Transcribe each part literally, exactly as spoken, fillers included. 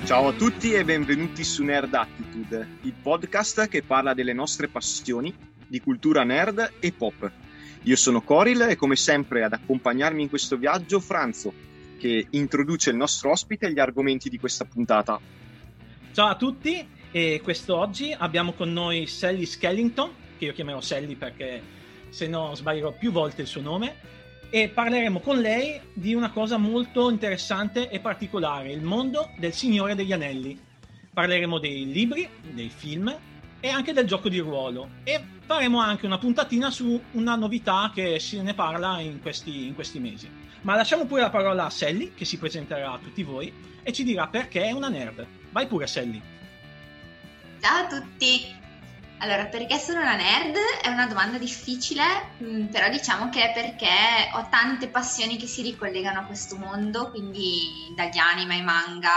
Ciao a tutti e benvenuti su Nerd Attitude, il podcast che parla delle nostre passioni di cultura nerd e pop. Io sono Coril e come sempre ad accompagnarmi in questo viaggio Franzo, che introduce il nostro ospite e gli argomenti di questa puntata. Ciao a tutti, e quest'oggi abbiamo con noi Sally Skellington, che io chiamerò Sally perché se no sbaglierò più volte il suo nome, e parleremo con lei di una cosa molto interessante e particolare, il mondo del Signore degli Anelli. Parleremo dei libri, dei film e anche del gioco di ruolo, e faremo anche una puntatina su una novità che se ne parla in questi, in questi mesi. Ma lasciamo pure la parola a Sally, che si presenterà a tutti voi e ci dirà perché è una nerd. Vai pure, Sally. Ciao a tutti! Allora, perché sono una nerd? È una domanda difficile, mh, però diciamo che è perché ho tante passioni che si ricollegano a questo mondo, quindi dagli anime ai manga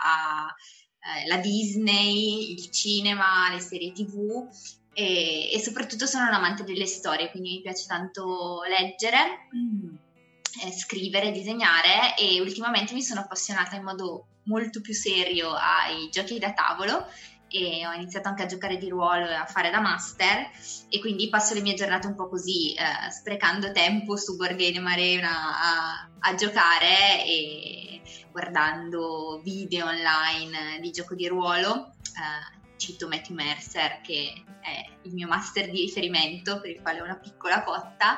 alla eh, Disney, il cinema, le serie tv e, e soprattutto sono un amante delle storie, quindi mi piace tanto leggere, mh, eh, scrivere, disegnare, e ultimamente mi sono appassionata in modo molto più serio ai giochi da tavolo e ho iniziato anche a giocare di ruolo e a fare da master, e quindi passo le mie giornate un po' così, eh, sprecando tempo su Board Game Arena a, a giocare e guardando video online di gioco di ruolo. Eh, cito Matthew Mercer, che è il mio master di riferimento, per il quale ho una piccola cotta,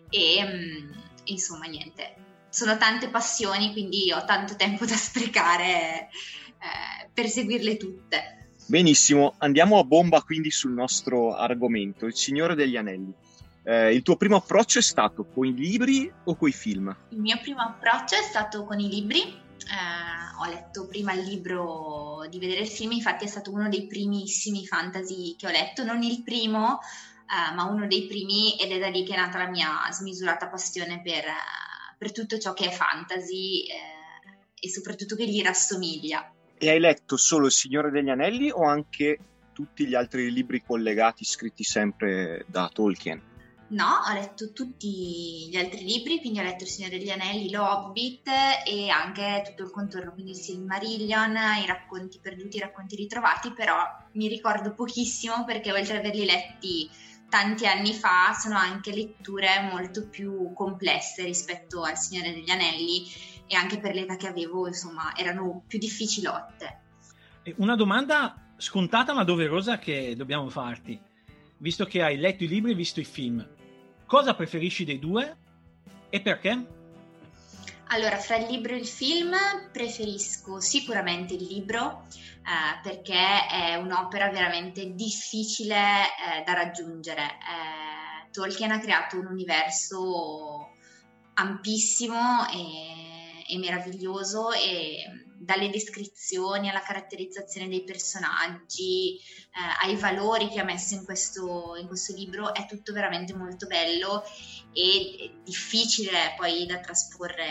e mh, insomma niente, sono tante passioni, quindi ho tanto tempo da sprecare eh, per seguirle tutte. Benissimo, andiamo a bomba quindi sul nostro argomento, il Signore degli Anelli. Eh, il tuo primo approccio è stato con i libri o con i film? Il mio primo approccio è stato con i libri. Eh, ho letto prima il libro di vedere il film, infatti è stato uno dei primissimi fantasy che ho letto, non il primo, eh, ma uno dei primi, ed è da lì che è nata la mia smisurata passione per, per tutto ciò che è fantasy eh, e soprattutto che gli rassomiglia. E hai letto solo Il Signore degli Anelli o anche tutti gli altri libri collegati scritti sempre da Tolkien? No, ho letto tutti gli altri libri, quindi ho letto Il Signore degli Anelli, Lo Hobbit e anche tutto il contorno, quindi il Silmarillion, i racconti perduti, i racconti ritrovati, però mi ricordo pochissimo perché oltre ad averli letti tanti anni fa sono anche letture molto più complesse rispetto al Signore degli Anelli, e anche per l'età che avevo, insomma, erano più difficilotte. Una domanda scontata ma doverosa che dobbiamo farti, visto che hai letto i libri e visto i film. Cosa preferisci dei due e perché? Allora, fra il libro e il film preferisco sicuramente il libro, eh, perché è un'opera veramente difficile eh, da raggiungere. Eh, Tolkien ha creato un universo ampissimo e è meraviglioso, e dalle descrizioni alla caratterizzazione dei personaggi eh, ai valori che ha messo in questo, in questo libro è tutto veramente molto bello e difficile poi da trasporre,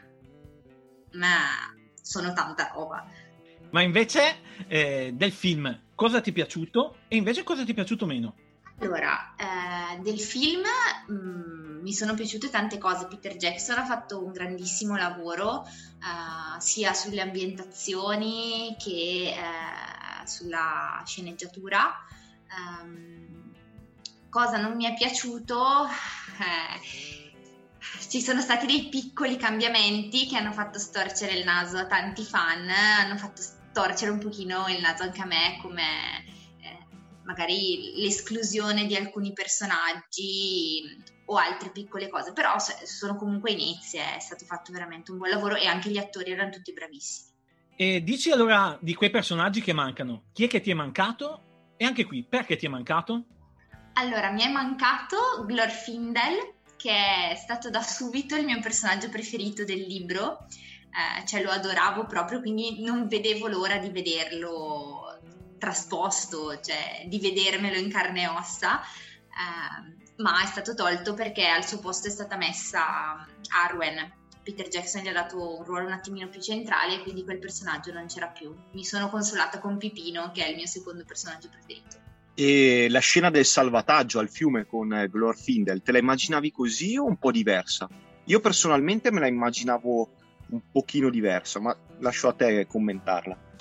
ma sono tanta roba. Ma invece eh, del film cosa ti è piaciuto e invece cosa ti è piaciuto meno? Allora, eh, del film mh, mi sono piaciute tante cose. Peter Jackson ha fatto un grandissimo lavoro eh, sia sulle ambientazioni che eh, sulla sceneggiatura. Um, cosa non mi è piaciuto? Eh, ci sono stati dei piccoli cambiamenti che hanno fatto storcere il naso a tanti fan, hanno fatto storcere un pochino il naso anche a me, come magari l'esclusione di alcuni personaggi o altre piccole cose, però sono comunque inizi, è stato fatto veramente un buon lavoro e anche gli attori erano tutti bravissimi. E dici allora di quei personaggi che mancano, chi è che ti è mancato e anche qui perché ti è mancato? Allora, mi è mancato Glorfindel, che è stato da subito il mio personaggio preferito del libro, eh, cioè lo adoravo proprio, quindi non vedevo l'ora di vederlo trasposto, cioè di vedermelo in carne e ossa, eh, ma è stato tolto perché al suo posto è stata messa Arwen. Peter Jackson gli ha dato un ruolo un attimino più centrale e quindi quel personaggio non c'era più. Mi sono consolata con Pipino, che è il mio secondo personaggio preferito. E la scena del salvataggio al fiume con Glorfindel, te la immaginavi così o un po' diversa? Io personalmente me la immaginavo un pochino diversa, ma lascio a te commentarla.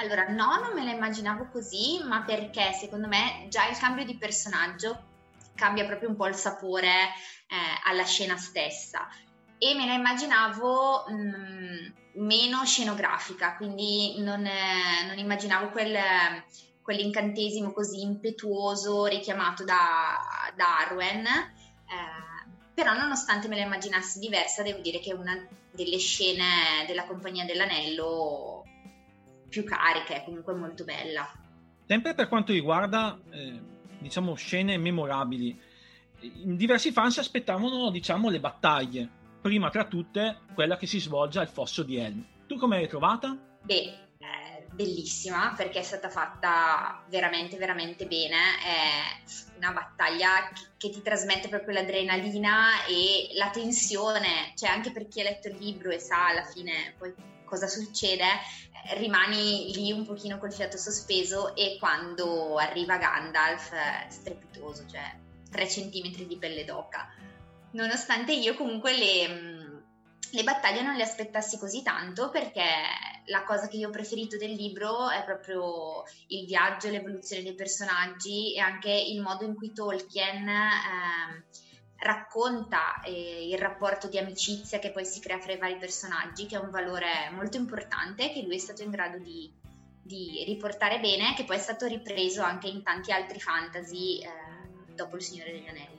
Allora, no, non me la immaginavo così, ma perché secondo me già il cambio di personaggio cambia proprio un po' il sapore eh, alla scena stessa, e me la immaginavo mh, meno scenografica, quindi non, eh, non immaginavo quel, quell'incantesimo così impetuoso richiamato da, da Arwen, eh, però nonostante me la immaginassi diversa, devo dire che è una delle scene della Compagnia dell'Anello più cariche, comunque molto bella. Sempre per quanto riguarda eh, diciamo scene memorabili, in diversi fan si aspettavano diciamo le battaglie, prima tra tutte quella che si svolge al fosso di Helm. Tu come l'hai trovata? Beh, eh, bellissima, perché è stata fatta veramente veramente bene, è una battaglia che, che ti trasmette proprio l'adrenalina e la tensione, cioè anche per chi ha letto il libro e sa alla fine poi cosa succede, eh, rimani lì un pochino col fiato sospeso, e quando arriva Gandalf è strepitoso, cioè tre centimetri di pelle d'oca. Nonostante io comunque le, le battaglie non le aspettassi così tanto, perché la cosa che io ho preferito del libro è proprio il viaggio, l'evoluzione dei personaggi e anche il modo in cui Tolkien eh, racconta eh, il rapporto di amicizia che poi si crea fra i vari personaggi, che è un valore molto importante che lui è stato in grado di, di riportare bene, che poi è stato ripreso anche in tanti altri fantasy eh, dopo Il Signore degli Anelli.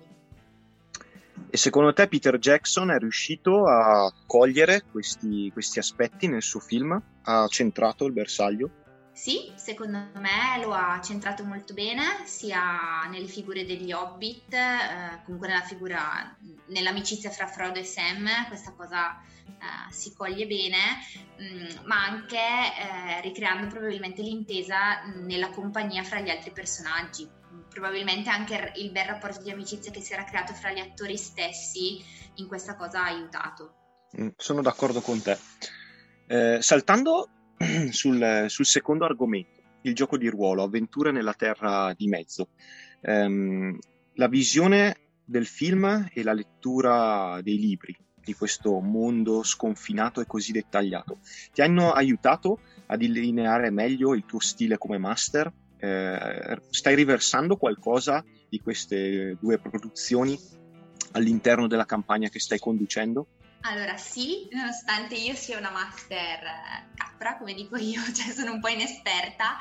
E secondo te Peter Jackson è riuscito a cogliere questi, questi aspetti nel suo film? Ha centrato il bersaglio? Sì, secondo me lo ha centrato molto bene, sia nelle figure degli Hobbit, eh, comunque nella figura, nell'amicizia fra Frodo e Sam, questa cosa eh, si coglie bene, mh, ma anche eh, ricreando probabilmente l'intesa nella compagnia fra gli altri personaggi. Probabilmente anche il bel rapporto di amicizia che si era creato fra gli attori stessi in questa cosa ha aiutato. Mm, sono d'accordo con te. Eh, saltando sul, sul secondo argomento, il gioco di ruolo, avventure nella Terra di Mezzo. Ehm, la visione del film e la lettura dei libri di questo mondo sconfinato e così dettagliato ti hanno aiutato a delineare meglio il tuo stile come master? Eh, stai riversando qualcosa di queste due produzioni all'interno della campagna che stai conducendo? Allora sì, nonostante io sia una master capra, come dico io, cioè sono un po' inesperta,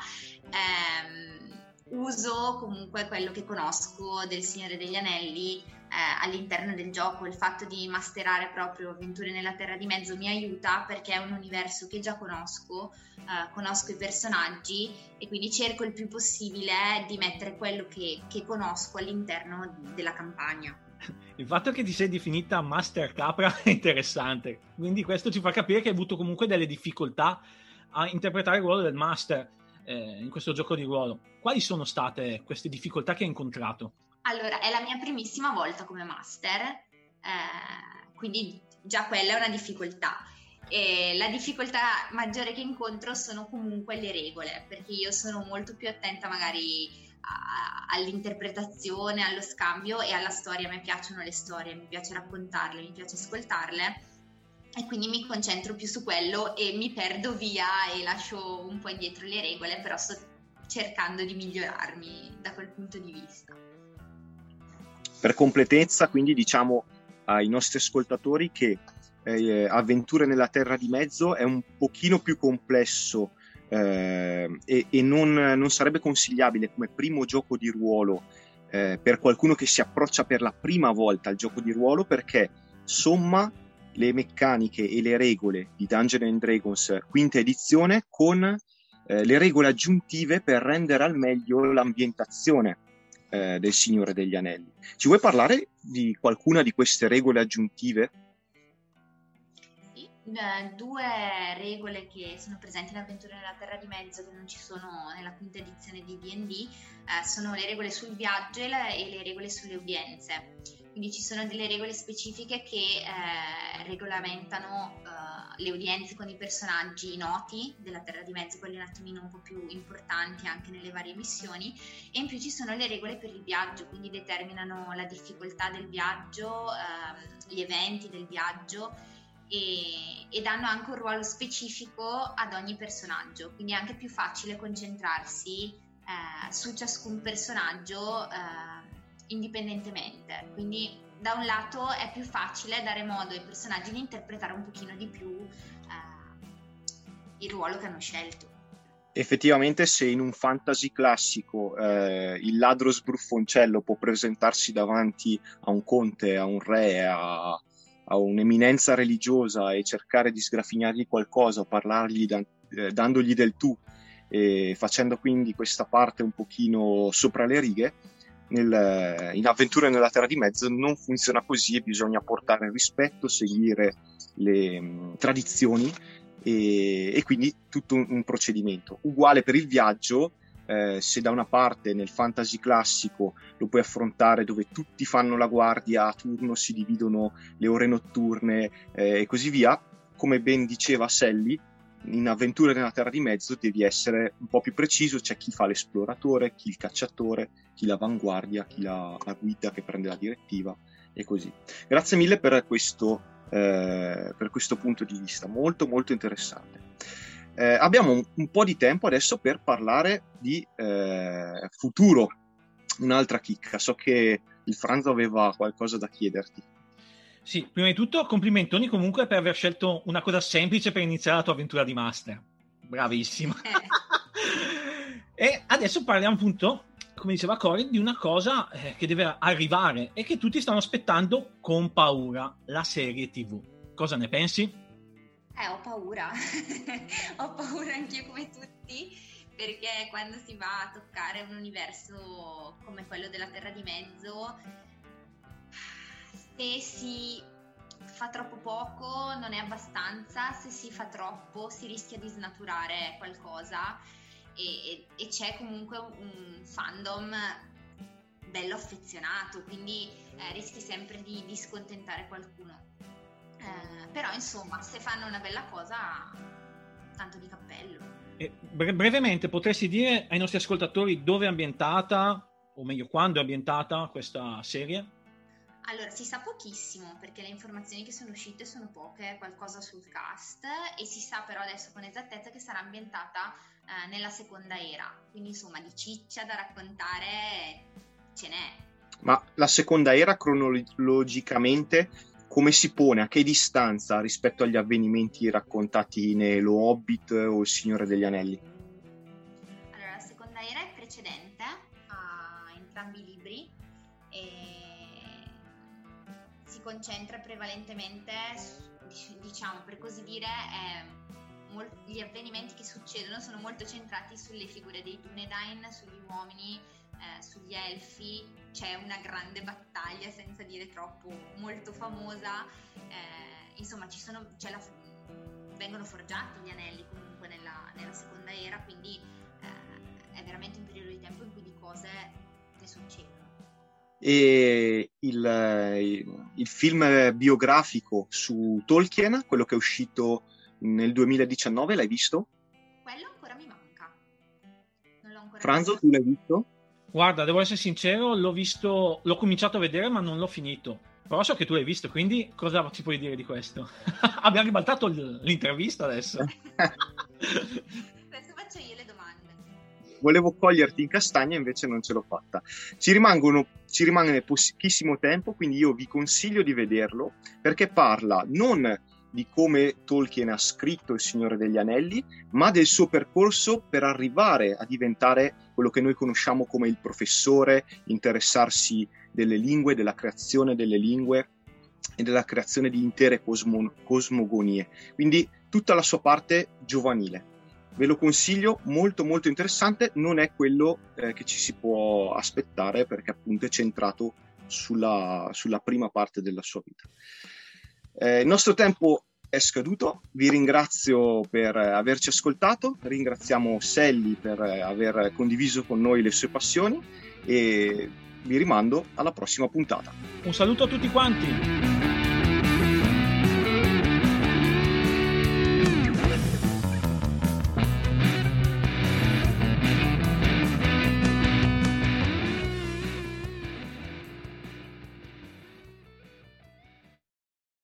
ehm, uso comunque quello che conosco del Signore degli Anelli eh, all'interno del gioco. Il fatto di masterare proprio Avventure nella Terra di Mezzo mi aiuta, perché è un universo che già conosco, eh, conosco i personaggi, e quindi cerco il più possibile di mettere quello che, che conosco all'interno della campagna. Il fatto che ti sei definita Master Capra è interessante, quindi questo ci fa capire che hai avuto comunque delle difficoltà a interpretare il ruolo del Master eh, in questo gioco di ruolo. Quali sono state queste difficoltà che hai incontrato? Allora, è la mia primissima volta come Master, eh, quindi già quella è una difficoltà. E la difficoltà maggiore che incontro sono comunque le regole, perché io sono molto più attenta magari all'interpretazione, allo scambio e alla storia. A me piacciono le storie, mi piace raccontarle, mi piace ascoltarle, e quindi mi concentro più su quello e mi perdo via e lascio un po' indietro le regole, però sto cercando di migliorarmi da quel punto di vista. Per completezza, quindi diciamo ai nostri ascoltatori che eh, Avventure nella Terra di Mezzo è un pochino più complesso Eh, e, e non, non sarebbe consigliabile come primo gioco di ruolo eh, per qualcuno che si approccia per la prima volta al gioco di ruolo, perché somma le meccaniche e le regole di Dungeons and Dragons quinta edizione con eh, le regole aggiuntive per rendere al meglio l'ambientazione eh, del Signore degli Anelli. Ci vuoi parlare di qualcuna di queste regole aggiuntive? Due regole che sono presenti in Avventure nella Terra di Mezzo, che non ci sono nella quinta edizione di D and D, eh, sono le regole sul viaggio e, la, e le regole sulle udienze. Quindi ci sono delle regole specifiche che eh, regolamentano eh, le udienze con i personaggi noti della Terra di Mezzo, quelli un attimino un po' più importanti anche nelle varie missioni, e in più ci sono le regole per il viaggio, quindi determinano la difficoltà del viaggio, eh, gli eventi del viaggio, e, e danno anche un ruolo specifico ad ogni personaggio, quindi è anche più facile concentrarsi eh, su ciascun personaggio eh, indipendentemente. Quindi da un lato è più facile dare modo ai personaggi di interpretare un pochino di più eh, il ruolo che hanno scelto. Effettivamente, se in un fantasy classico eh, il ladro sbruffoncello può presentarsi davanti a un conte, a un re, a, a un'eminenza religiosa e cercare di sgraffignargli qualcosa, parlargli da, eh, dandogli del tu, e facendo quindi questa parte un pochino sopra le righe, nel, in Avventure nella Terra di Mezzo non funziona così e bisogna portare rispetto, seguire le mh, tradizioni e, e quindi tutto un, un procedimento. Uguale per il viaggio, eh, se da una parte nel fantasy classico lo puoi affrontare dove tutti fanno la guardia a turno, si dividono le ore notturne eh, e così via, come ben diceva Sally, in Avventure nella Terra di Mezzo devi essere un po' più preciso, c'è chi fa l'esploratore, chi il cacciatore, chi l'avanguardia, chi la, la guida che prende la direttiva e così. Grazie mille per questo, eh, per questo punto di vista, molto molto interessante. Eh, abbiamo un, un po' di tempo adesso per parlare di eh, futuro, un'altra chicca. So che il Franzo aveva qualcosa da chiederti. Sì, prima di tutto complimentoni comunque per aver scelto una cosa semplice per iniziare la tua avventura di Master. Bravissimo. Eh. E adesso parliamo appunto, come diceva Cory, di una cosa eh, che deve arrivare e che tutti stanno aspettando con paura, la serie tivù. Cosa ne pensi? Eh, ho paura. Ho paura anch'io come tutti, perché quando si va a toccare un universo come quello della Terra di Mezzo, se si fa troppo poco non è abbastanza, se si fa troppo si rischia di snaturare qualcosa e, e, e c'è comunque un fandom bello affezionato, quindi eh, rischi sempre di, di scontentare qualcuno. Eh, però insomma, se fanno una bella cosa, tanto di cappello. E bre- brevemente potresti dire ai nostri ascoltatori dove è ambientata, o meglio quando è ambientata questa serie? Allora, si sa pochissimo perché le informazioni che sono uscite sono poche, qualcosa sul cast, e si sa però adesso con esattezza che sarà ambientata eh, nella seconda era, quindi insomma di ciccia da raccontare ce n'è. Ma la seconda era cronologicamente come si pone, a che distanza rispetto agli avvenimenti raccontati nello Hobbit o Il Signore degli Anelli? Allora, la seconda era è precedente a entrambi i libri e si concentra prevalentemente, diciamo per così dire, eh, mol- gli avvenimenti che succedono sono molto centrati sulle figure dei Dúnedain, sugli uomini, eh, sugli elfi. C'è una grande battaglia, senza dire troppo, molto famosa, eh, insomma ci sono, c'è la, vengono forgiati gli anelli comunque nella, nella seconda era, quindi eh, è veramente un periodo di tempo in cui di cose ne succedono. E il, il film biografico su Tolkien, quello che è uscito nel duemiladiciannove, l'hai visto? Quello ancora mi manca. Non l'ho ancora Franzo, visto. tu l'hai visto? Guarda, devo essere sincero, l'ho visto, l'ho cominciato a vedere ma non l'ho finito. Però so che tu l'hai visto, quindi cosa ci puoi dire di questo? Abbiamo ribaltato l'intervista adesso. Adesso faccio io le domande. Volevo coglierti in castagna, invece non ce l'ho fatta. Ci rimangono, ci rimane pochissimo tempo, quindi io vi consiglio di vederlo, perché parla non di come Tolkien ha scritto Il Signore degli Anelli, ma del suo percorso per arrivare a diventare quello che noi conosciamo come il professore, interessarsi delle lingue, della creazione delle lingue e della creazione di intere cosmo- cosmogonie. Quindi tutta la sua parte giovanile. Ve lo consiglio, molto molto interessante, non è quello eh, che ci si può aspettare, perché appunto è centrato sulla, sulla prima parte della sua vita. Eh, il nostro tempo è scaduto, vi ringrazio per averci ascoltato, ringraziamo Sally per aver condiviso con noi le sue passioni e vi rimando alla prossima puntata. Un saluto a tutti quanti!